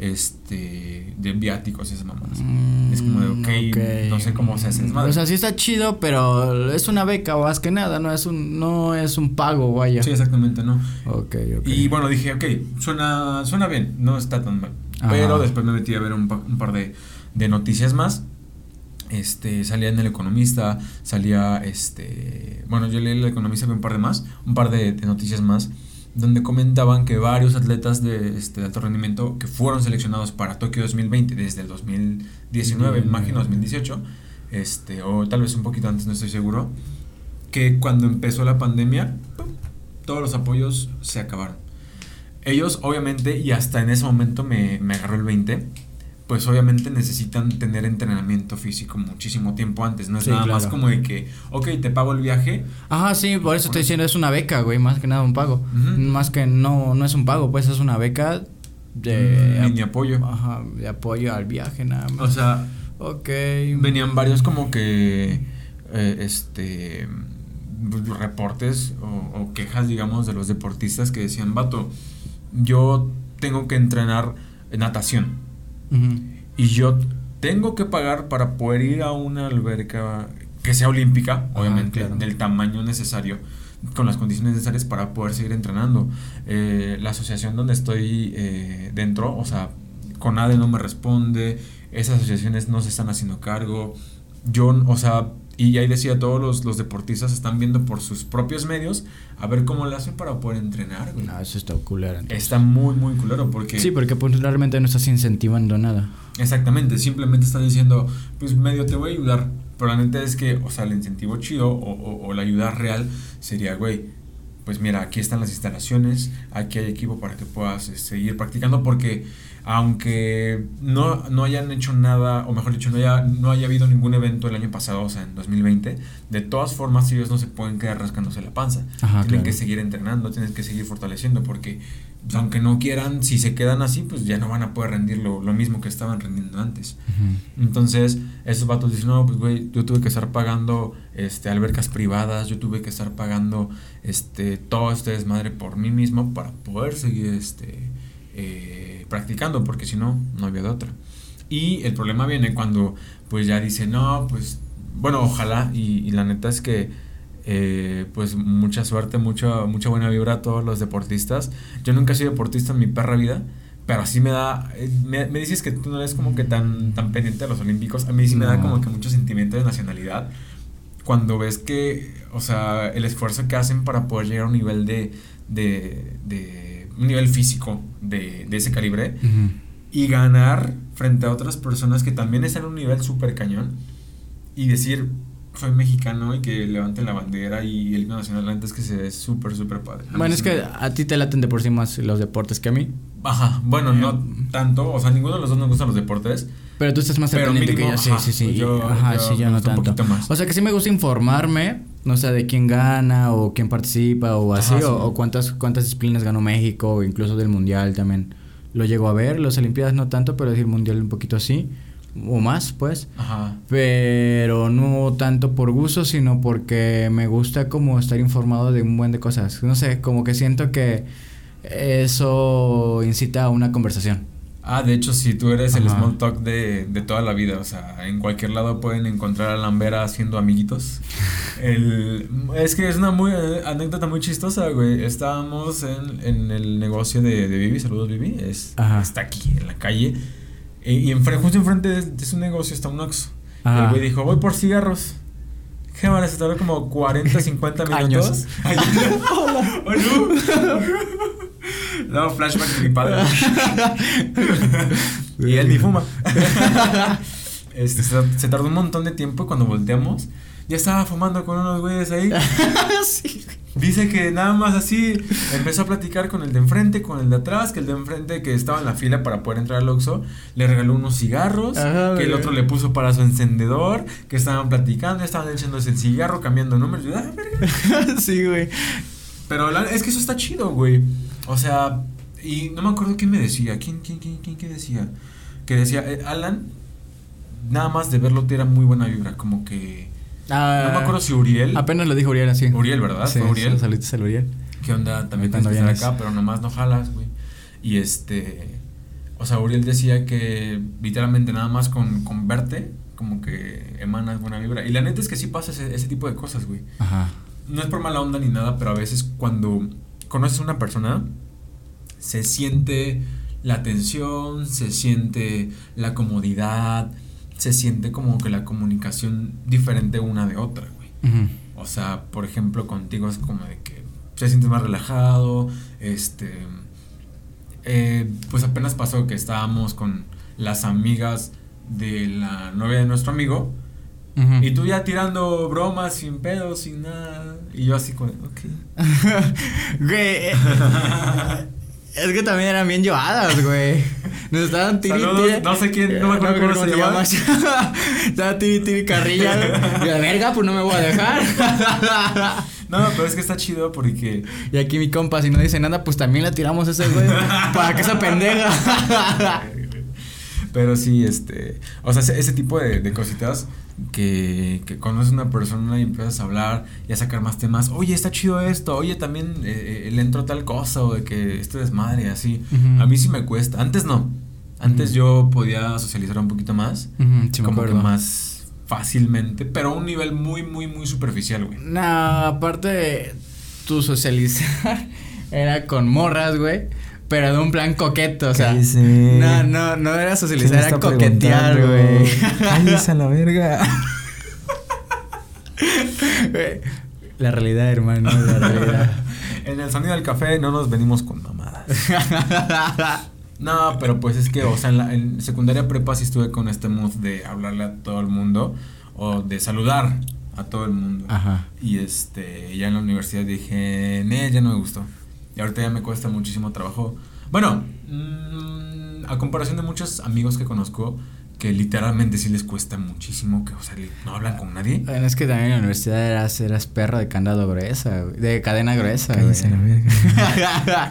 este, de viáticos y esas mamadas. Mm, Es como de, ok, ok. no sé cómo se hace el desmadre. O sea, sí está chido, pero es una beca más que nada, no es un, no es un pago, vaya. Sí, exactamente, ¿no? Ok, ok. Y bueno, dije, ok, suena, suena bien, no está tan mal. Ajá. Pero después me metí a ver un, pa- un par de, de noticias más. Este, salía en El Economista, salía, este, bueno, yo leí El Economista, vi un par de más, un par de, de noticias más, donde comentaban que varios atletas de, este, de alto rendimiento que fueron seleccionados para Tokio dos mil veinte desde el dos mil diecinueve, Mm. imagino dos mil dieciocho, este, o tal vez un poquito antes, no estoy seguro, que cuando empezó la pandemia, ¡pum!, todos los apoyos se acabaron. Ellos, obviamente, y hasta en ese momento me, me agarró el veinte, pues obviamente necesitan tener entrenamiento físico muchísimo tiempo antes. No es Sí, nada claro. más como de que, ok, te pago el viaje. Ajá, sí, por eso estoy diciendo, es una beca, güey, más que nada un pago. Ujú. Más que no, no es un pago, pues es una beca de... Mm, mini apoyo. Ajá, de apoyo al viaje, nada más. O sea, Ok. venían varios como que, eh, este, reportes o, o quejas, digamos, de los deportistas que decían, vato, yo tengo que entrenar natación. Ujú. Y yo tengo que pagar para poder ir a una alberca que sea olímpica, Ajá, obviamente, claro. del tamaño necesario, con las condiciones necesarias para poder seguir entrenando. Eh, la asociación donde estoy eh, dentro, o sea, CONADE no me responde, esas asociaciones no se están haciendo cargo. Yo, o sea, y ahí decía, todos los, los deportistas están viendo por sus propios medios a ver cómo le hacen para poder entrenar, güey. No, eso está culero. entonces. Está muy, muy culero porque... Sí, porque pues realmente no estás incentivando nada. Exactamente, simplemente estás diciendo, pues medio te voy a ayudar, pero la neta es que, o sea, el incentivo chido o, o, o la ayuda real sería, güey, pues mira, aquí están las instalaciones, aquí hay equipo para que puedas eh, seguir practicando, porque aunque no, no hayan hecho nada, o mejor dicho, no haya, no haya habido ningún evento el año pasado, o sea, en dos mil veinte, de todas formas ellos no se pueden quedar rascándose la panza. Ajá, tienen claro. que seguir entrenando, tienen que seguir fortaleciendo, porque pues, aunque no quieran, si se quedan así, pues ya no van a poder rendir lo, lo mismo que estaban rendiendo antes. Uh-huh. Entonces, esos vatos dicen, no, pues güey, yo tuve que estar pagando este, albercas privadas, yo tuve que estar pagando este, todo este desmadre por mí mismo para poder seguir este, eh, practicando, porque si no, no había de otra. Y el problema viene cuando pues ya dice, no, pues, bueno, ojalá, y, y la neta es que Eh, pues mucha suerte, mucha, mucha buena vibra a todos los deportistas. Yo nunca he sido deportista en mi perra vida, pero así me da, me, me dices que tú no eres como que tan, tan pendiente a los olímpicos. A mí sí me no. da como que mucho sentimiento de nacionalidad cuando ves que, o sea, el esfuerzo que hacen para poder llegar a un nivel de, de, de un nivel físico de, de ese calibre, uh-huh, y ganar frente a otras personas que también están en un nivel súper cañón y decir, soy mexicano, y que levanten la bandera y el himno nacional antes, que se ve súper, súper padre. Bueno, es que a ti te laten de por sí más los deportes que a mí. Ajá, bueno, eh, no tanto, o sea, ninguno de los dos nos gustan los deportes. Pero tú estás más pendiente que yo, sí, ajá, sí, sí. Yo, ajá, yo sí, yo no tanto. O sea, que sí me gusta informarme, no sé, de quién gana o quién participa o así, ajá, o, sí. o cuántas, cuántas disciplinas ganó México, o incluso del mundial también. Lo llego a ver, las olimpiadas no tanto, pero el mundial un poquito así. O más, pues. Ajá. Pero no tanto por gusto, sino porque me gusta como estar informado de un buen de cosas. No sé, como que siento que eso incita a una conversación. Ah, de hecho, si tú eres, ajá, el small talk de, de toda la vida. O sea, en cualquier lado pueden encontrar a Lambera haciendo amiguitos. el, es que es una muy anécdota muy chistosa, güey. Estábamos en, en el negocio de, de Vivi. Saludos, Vivi. Es, está aquí, en la calle. Y enfrente, justo enfrente de, de su negocio está un Oxxo. Y el güey dijo, voy por cigarros. ¿Qué van? Se tardó como cuarenta, cincuenta minutos. Hola. Hola. No, flashback de mi padre. Y él ni fuma. este, se, se tardó un montón de tiempo. Cuando volteamos, ya estaba fumando con unos güeyes ahí. Sí. Dice que nada más así empezó a platicar con el de enfrente, con el de atrás, que el de enfrente, que estaba en la fila para poder entrar al Oxxo, le regaló unos cigarros, ajá, que el otro le puso para su encendedor, que estaban platicando, estaban echándose el cigarro, cambiando números. Ah, verga. Sí, güey. Pero la, es que eso está chido, güey. O sea, y no me acuerdo quién me decía. ¿Quién, quién, quién, quién, quién decía? Que decía, eh, Alan, nada más de verlo te era muy buena vibra, como que... Ah, no me acuerdo si Uriel. Apenas lo dijo Uriel así. Uriel, ¿verdad? Sí, Fue Uriel. Saludos al Uriel. ¿Qué onda? También tienes que estar acá, pero nomás no jalas, güey. Y este... O sea, Uriel decía que literalmente nada más con, con verte, como que emanas buena vibra. Y la neta es que sí pasa ese, ese tipo de cosas, güey. Ajá. No es por mala onda ni nada, pero a veces cuando conoces a una persona, se siente la tensión, se siente la comodidad, se siente como que la comunicación diferente una de otra, güey. Uh-huh. O sea, por ejemplo, contigo es como de que se siente más relajado, este... Eh, pues apenas pasó que estábamos con las amigas de la novia de nuestro amigo, uh-huh, y tú ya tirando bromas sin pedos, sin nada, y yo así como, ok. Güey, es que también eran bien llevadas, güey. Nos estaban tiri, tiri, no sé quién, no me acuerdo cómo, cómo se llama. Estaba tiri, tiri, carrilla. Y la verga, pues no me voy a dejar. No, pero es que está chido porque... Y aquí mi compa, si no dice nada, pues también la tiramos a ese güey. Para que esa pendeja. Pero sí, este... O sea, ese, ese tipo de, de cositas que, que conoces a una persona y empiezas a hablar y a sacar más temas. Oye, está chido esto. Oye, también eh, le entró tal cosa, o de que esto es madre, así. Uh-huh. A mí sí me cuesta. Antes no. Antes uh-huh. yo podía socializar un poquito más. Uh-huh, sí, como que más fácilmente. Pero a un nivel muy, muy, muy superficial, güey. No, aparte, tu socializar era con morras, güey. Pero de un plan coqueto, o sea. Sí. No, no, no era socializar, era coquetear, güey. Cállese a la verga. La realidad, hermano, la realidad. En el sonido del café no nos venimos con mamadas. No, pero pues es que, o sea, en, la, en secundaria prepa sí estuve con este mood de hablarle a todo el mundo o de saludar a todo el mundo. Ajá. Y este, ya en la universidad dije, nee, ya no me gustó. Y ahorita ya me cuesta muchísimo trabajo. Bueno, mmm, a comparación de muchos amigos que conozco, que literalmente sí les cuesta muchísimo, que, o sea, no hablan con nadie. Bueno, es que también en la universidad eras, eras perro de candado gruesa, güey, de cadena gruesa. Cállese la verga.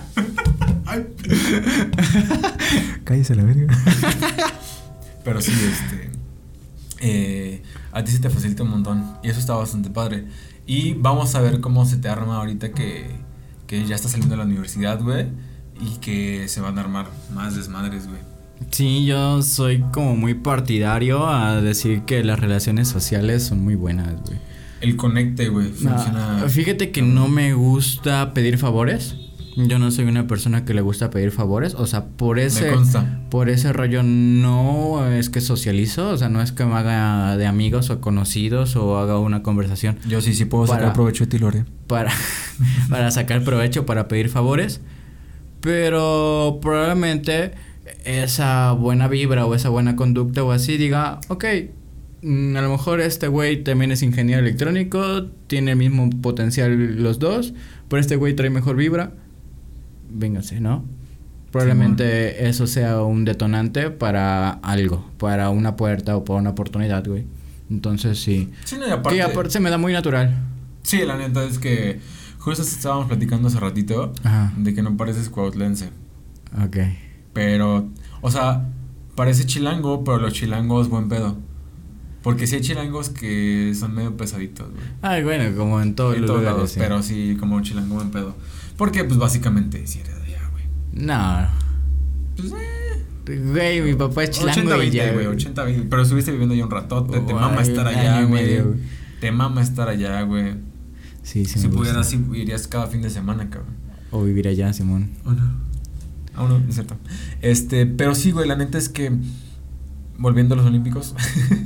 Cállese la verga. Pero sí, este, eh, a ti se te facilita un montón y eso está bastante padre. Y vamos a ver cómo se te arma ahorita que, que ya estás saliendo de la universidad, güey, y que se van a armar más desmadres, güey. Sí, yo soy como muy partidario a decir que las relaciones sociales son muy buenas, güey. El conecte, güey, funciona. Ah, fíjate que no me gusta pedir favores. Yo no soy una persona que le gusta pedir favores, o sea, por ese Me consta. por ese rollo no es que socializo, o sea, no es que me haga de amigos o conocidos o haga una conversación. Yo sí, sí puedo Para- sacar provecho de ti, Lore. para para sacar provecho, para pedir favores, pero probablemente esa buena vibra o esa buena conducta o así diga, ok, mm, a lo mejor este güey también es ingeniero electrónico, tiene el mismo potencial los dos, pero este güey trae mejor vibra, véngase, ¿no? Probablemente Sí, eso sea un detonante para algo, para una puerta o para una oportunidad, güey. Entonces sí. Sí, no, y aparte. Que aparte se me da muy natural. Sí, la neta es que justo estábamos platicando hace ratito Ajá. de que no pareces cuautlense. Ok. Pero, o sea, parece chilango, pero los chilangos buen pedo. Porque sí hay chilangos que son medio pesaditos, güey. Ay, bueno, como en todos En los todos lugares, lados, sí. pero sí como chilango buen pedo. Porque, pues, básicamente, si eres de allá, güey. No. Pues, eh. Güey, mi papá es chilango ochenta y veinte, ya, güey, ochenta veinte. Pero estuviste viviendo allá un ratote, te Oh, mama ay, estar un allá, año y güey. medio, güey. Te mama estar allá, güey. Sí, sí Si me pudieras, gusta. sí irías cada fin de semana, cabrón. O vivir allá, Simón. ¿O no? Aún no, es cierto. Este, pero sí, güey, la neta es que, volviendo a los olímpicos,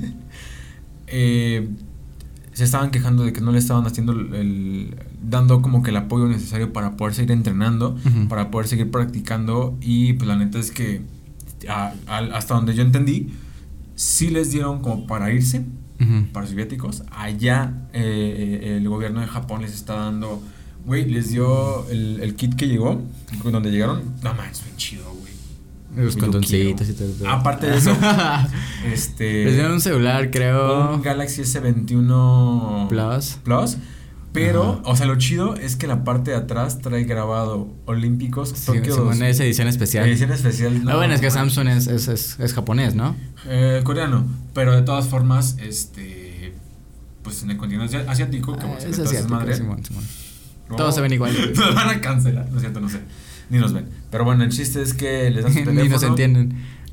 eh, se estaban quejando de que no le estaban haciendo el, el- dando como que el apoyo necesario para poder seguir entrenando, Ujú. para poder seguir practicando. Y pues la neta es que a- a- hasta donde yo entendí, sí les dieron como para irse, Ujú. para los soviéticos. Allá eh, eh, el gobierno de Japón les está dando, güey, les dio el, el kit que llegó, donde llegaron. No manches, bien chido, güey. Los Yo condoncitos quiero. y todo. todo. Aparte de eso, este. Les dieron un celular, creo. Un Galaxy S veintiuno Plus. Plus. Pero, Ajá. o sea, lo chido es que la parte de atrás trae grabado Olímpicos Sí, Tokio Simón, dos- esa edición especial. edición especial. Ah, bueno, es que manches. Samsung es, es, es, es japonés, ¿no? Eh, coreano, pero de todas formas, este, pues en el continente asi- asiático, como Ah, se es ve todas esas asiático, madres, Simón, Simón. no, Todos se ven igual. Nos van a cancelar, no es cierto, no sé, ni nos ven. Pero bueno, el chiste es que les dan su teléfono. Ni nos entienden.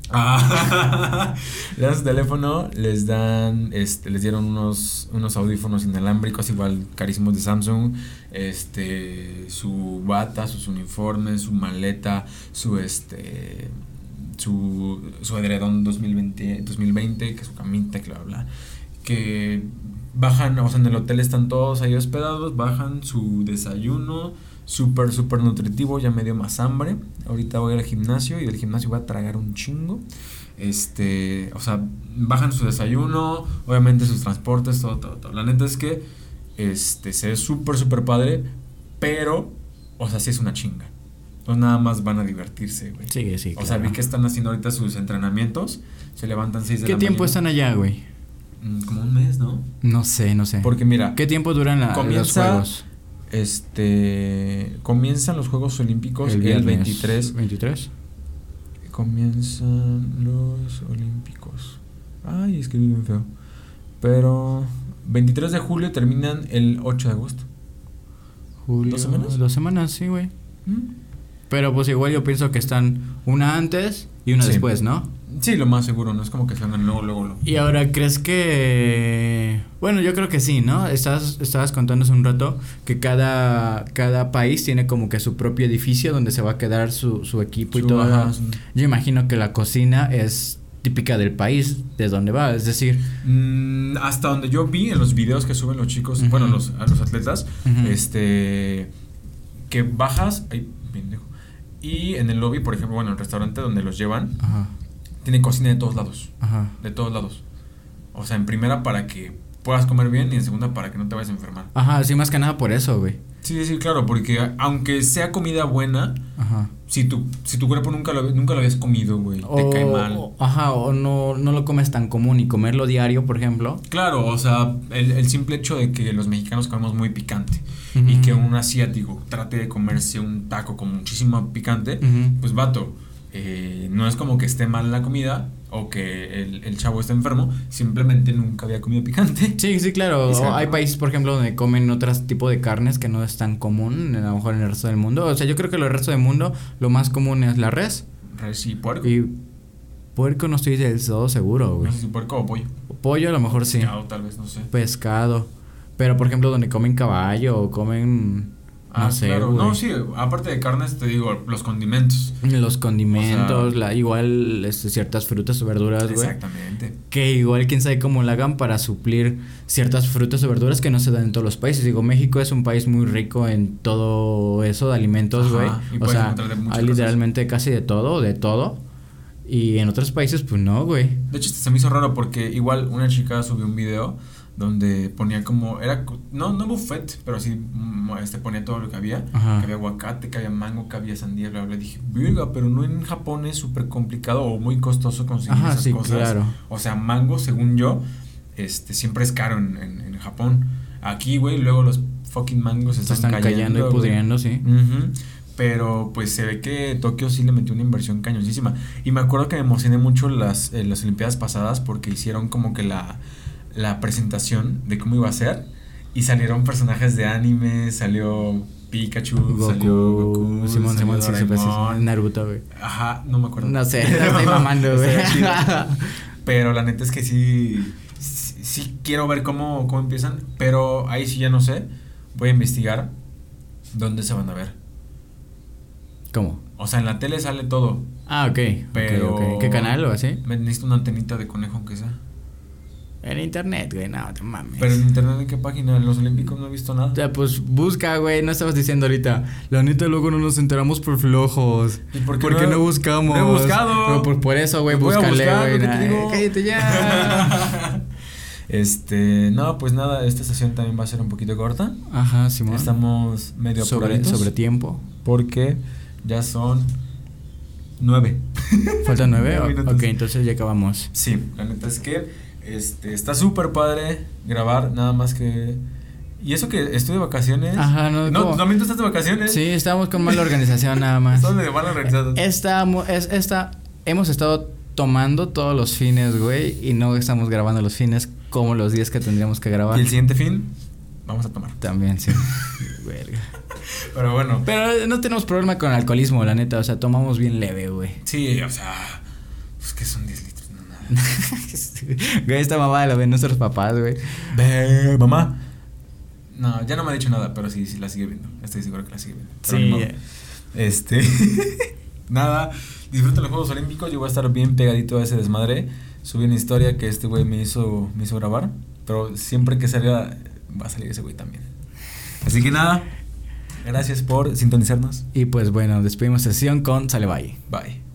Ah, les dan su teléfono, les dan, este, les dieron unos, unos audífonos inalámbricos igual carísimos de Samsung, este, su bata, sus uniformes, su maleta, su este, su, su edredón dos mil veinte, dos mil veinte, que su camita, que bla, bla, bla, que bajan, o sea, en el hotel están todos ahí hospedados, bajan su desayuno, súper, súper nutritivo, ya me dio más hambre, ahorita voy al gimnasio y del gimnasio voy a tragar un chingo, este, o sea, bajan su desayuno, obviamente sus transportes, todo, todo, todo, la neta es que, este, se ve súper, súper padre, pero, o sea, sí es una chinga, no nada más van a divertirse, güey. Sí, sí. O sea, vi que están haciendo ahorita sus entrenamientos, se levantan seis de ¿Qué la tiempo mañana. están allá, güey? Mm, Como un mes, ¿no? No sé, no sé. Porque mira, ¿Qué tiempo duran la, los comienza juegos? este comienzan los Juegos Olímpicos el, viernes. veintitrés. ¿veintitrés? Comienzan los Olímpicos. Ay, escribí bien feo. Pero veintitrés de julio terminan el ocho de agosto. Julio. ¿Dos semanas? Dos semanas, sí, güey. ¿Mm? Pero pues igual yo pienso que están una antes y una Sí. después, ¿no? Sí, lo más seguro, no es como que se hagan luego, luego, luego. Y ahora, ¿crees que...? Bueno, yo creo que sí, ¿no? Estabas, estabas contando hace un rato que cada, cada país tiene como que su propio edificio donde se va a quedar su, su equipo y Su- todo. ajá, su- Yo imagino que la cocina es típica del país de donde va, es decir... Mm, hasta donde yo vi en los videos que suben los chicos, Ujú. bueno, los, a los atletas, Ujú. este, que bajas, ay, pendejo, Y en el lobby, por ejemplo, bueno, el restaurante donde los llevan, Ajá. tiene cocina de todos lados. Ajá. De todos lados. O sea, en primera para que puedas comer bien y en segunda para que no te vayas a enfermar. Ajá, sí, más que nada por eso, güey. Sí, sí, claro, porque aunque sea comida buena, Ajá. si tu, si tu cuerpo nunca lo, nunca lo habías comido, güey, te O, cae mal. o- ajá, o no, no lo comes tan común y comerlo diario, por ejemplo. Claro, o sea, el, el simple hecho de que los mexicanos comemos muy picante Ujú. y que un asiático trate de comerse un taco con muchísimo picante, Ujú. pues vato, eh, no es como que esté mal la comida o que el, el chavo esté enfermo, simplemente nunca había comido picante. Sí, sí, claro. Y se O hay acaba. países, por ejemplo, donde comen otros tipos de carnes que no es tan común, a lo mejor en el resto del mundo. O sea, yo creo que en el resto del mundo lo más común es la res. Res y puerco. Y puerco no estoy del todo seguro, güey. No sé si puerco o pollo. Pollo a lo mejor sí. Pescado, tal vez, no sé. Pescado. Pero, por ejemplo, donde comen caballo o comen... Ah, no sé, claro. güey. No, sí, aparte de carnes, te digo, los condimentos. Los condimentos, O sea- la, igual este, ciertas frutas o verduras, güey. Exactamente. Que igual quién sabe cómo la hagan para suplir ciertas frutas o verduras que no se dan en todos los países. Digo, México es un país muy rico en todo eso de alimentos, Ajá, güey. y O puedes sea, encontrar de muchas hay cosas. literalmente casi de todo, de todo. Y en otros países, pues no, güey. De hecho, se me hizo raro porque igual una chica subió un video donde ponía como, era, co- no, no buffet, pero sí, mm, este, ponía todo lo que había. Ajá. Que había aguacate, que había mango, que había sandía, bla, bla. Dije, virga, pero no en Japón es súper complicado o muy costoso conseguir Ajá, esas sí, cosas. claro. O sea, mango, según yo, este, siempre es caro en, en, en Japón. Aquí, güey, luego los fucking mangos Se están, están cayendo, cayendo y güey. pudriendo, sí. Ujú. Pero pues se ve que Tokio sí le metió una inversión cañosísima. Y me acuerdo que me emocioné mucho las, eh, las Olimpiadas pasadas porque hicieron como que la, la presentación de cómo iba a ser. Y salieron personajes de anime, salió Pikachu, salió Goku, Simón, salió Simón, sí, supe, sí, sí, Doraemon. Naruto, güey. Ajá, no me acuerdo. No sé, la estoy mamando, güey. Estaría chido. Pero la neta es que sí, sí, sí quiero ver cómo, cómo empiezan. Pero ahí sí ya no sé. Voy a investigar dónde se van a ver. ¿Cómo? O sea, en la tele sale todo. Ah, ok. Pero. ok, ok. ¿Qué canal o así? Me necesito una antenita de conejo, aunque sea. En internet, güey, no, te mames. Pero en internet, ¿en qué página? En los Olímpicos no he visto nada. O sea, pues busca, güey, no estabas diciendo ahorita. La neta, luego no nos enteramos por flojos. ¿Y por qué Porque no- no, buscamos. no he buscado? No, pues por eso, güey, Voy a búscale, buscar, güey. lo que te nah, digo. Cállate ya. Este. No, pues nada, esta sesión también va a ser un poquito corta. Ajá, Simón. Estamos medio sobre, apuraditos sobre tiempo. porque ya son nueve. ¿Faltan nueve? Nueve O- minutos. ok, entonces ya acabamos. Sí, la neta es que este está súper padre grabar, nada más que. Y eso que estoy de vacaciones. Ajá, no, No, ¿cómo? también tú estás de vacaciones. Sí, estamos con mala organización nada más. Estamos de mal organizados. Esta, mu- es, esta, hemos estado tomando todos los fines, güey, y no estamos grabando los fines como los días que tendríamos que grabar. Y el siguiente fin, vamos a tomar. También, sí. Verga. Pero bueno. Pero no tenemos problema con el alcoholismo, la neta. O sea, tomamos bien leve, güey. Sí, o sea. Pues que son diez litros, no nada. Güey, esta mamá la ven nuestros papás, güey. Ve, mamá. No, ya no me ha dicho nada, pero sí, sí la sigue viendo. Estoy seguro que la sigue viendo. Pero ni modo. Este. Nada. Disfruta los Juegos Olímpicos. Yo voy a estar bien pegadito a ese desmadre. Subí una historia que este güey me hizo, me hizo grabar. Pero siempre que salga, va a salir ese güey también. Así que nada. Gracias por sintonizarnos. Y pues bueno, despedimos sesión con Sale Bye. Bye.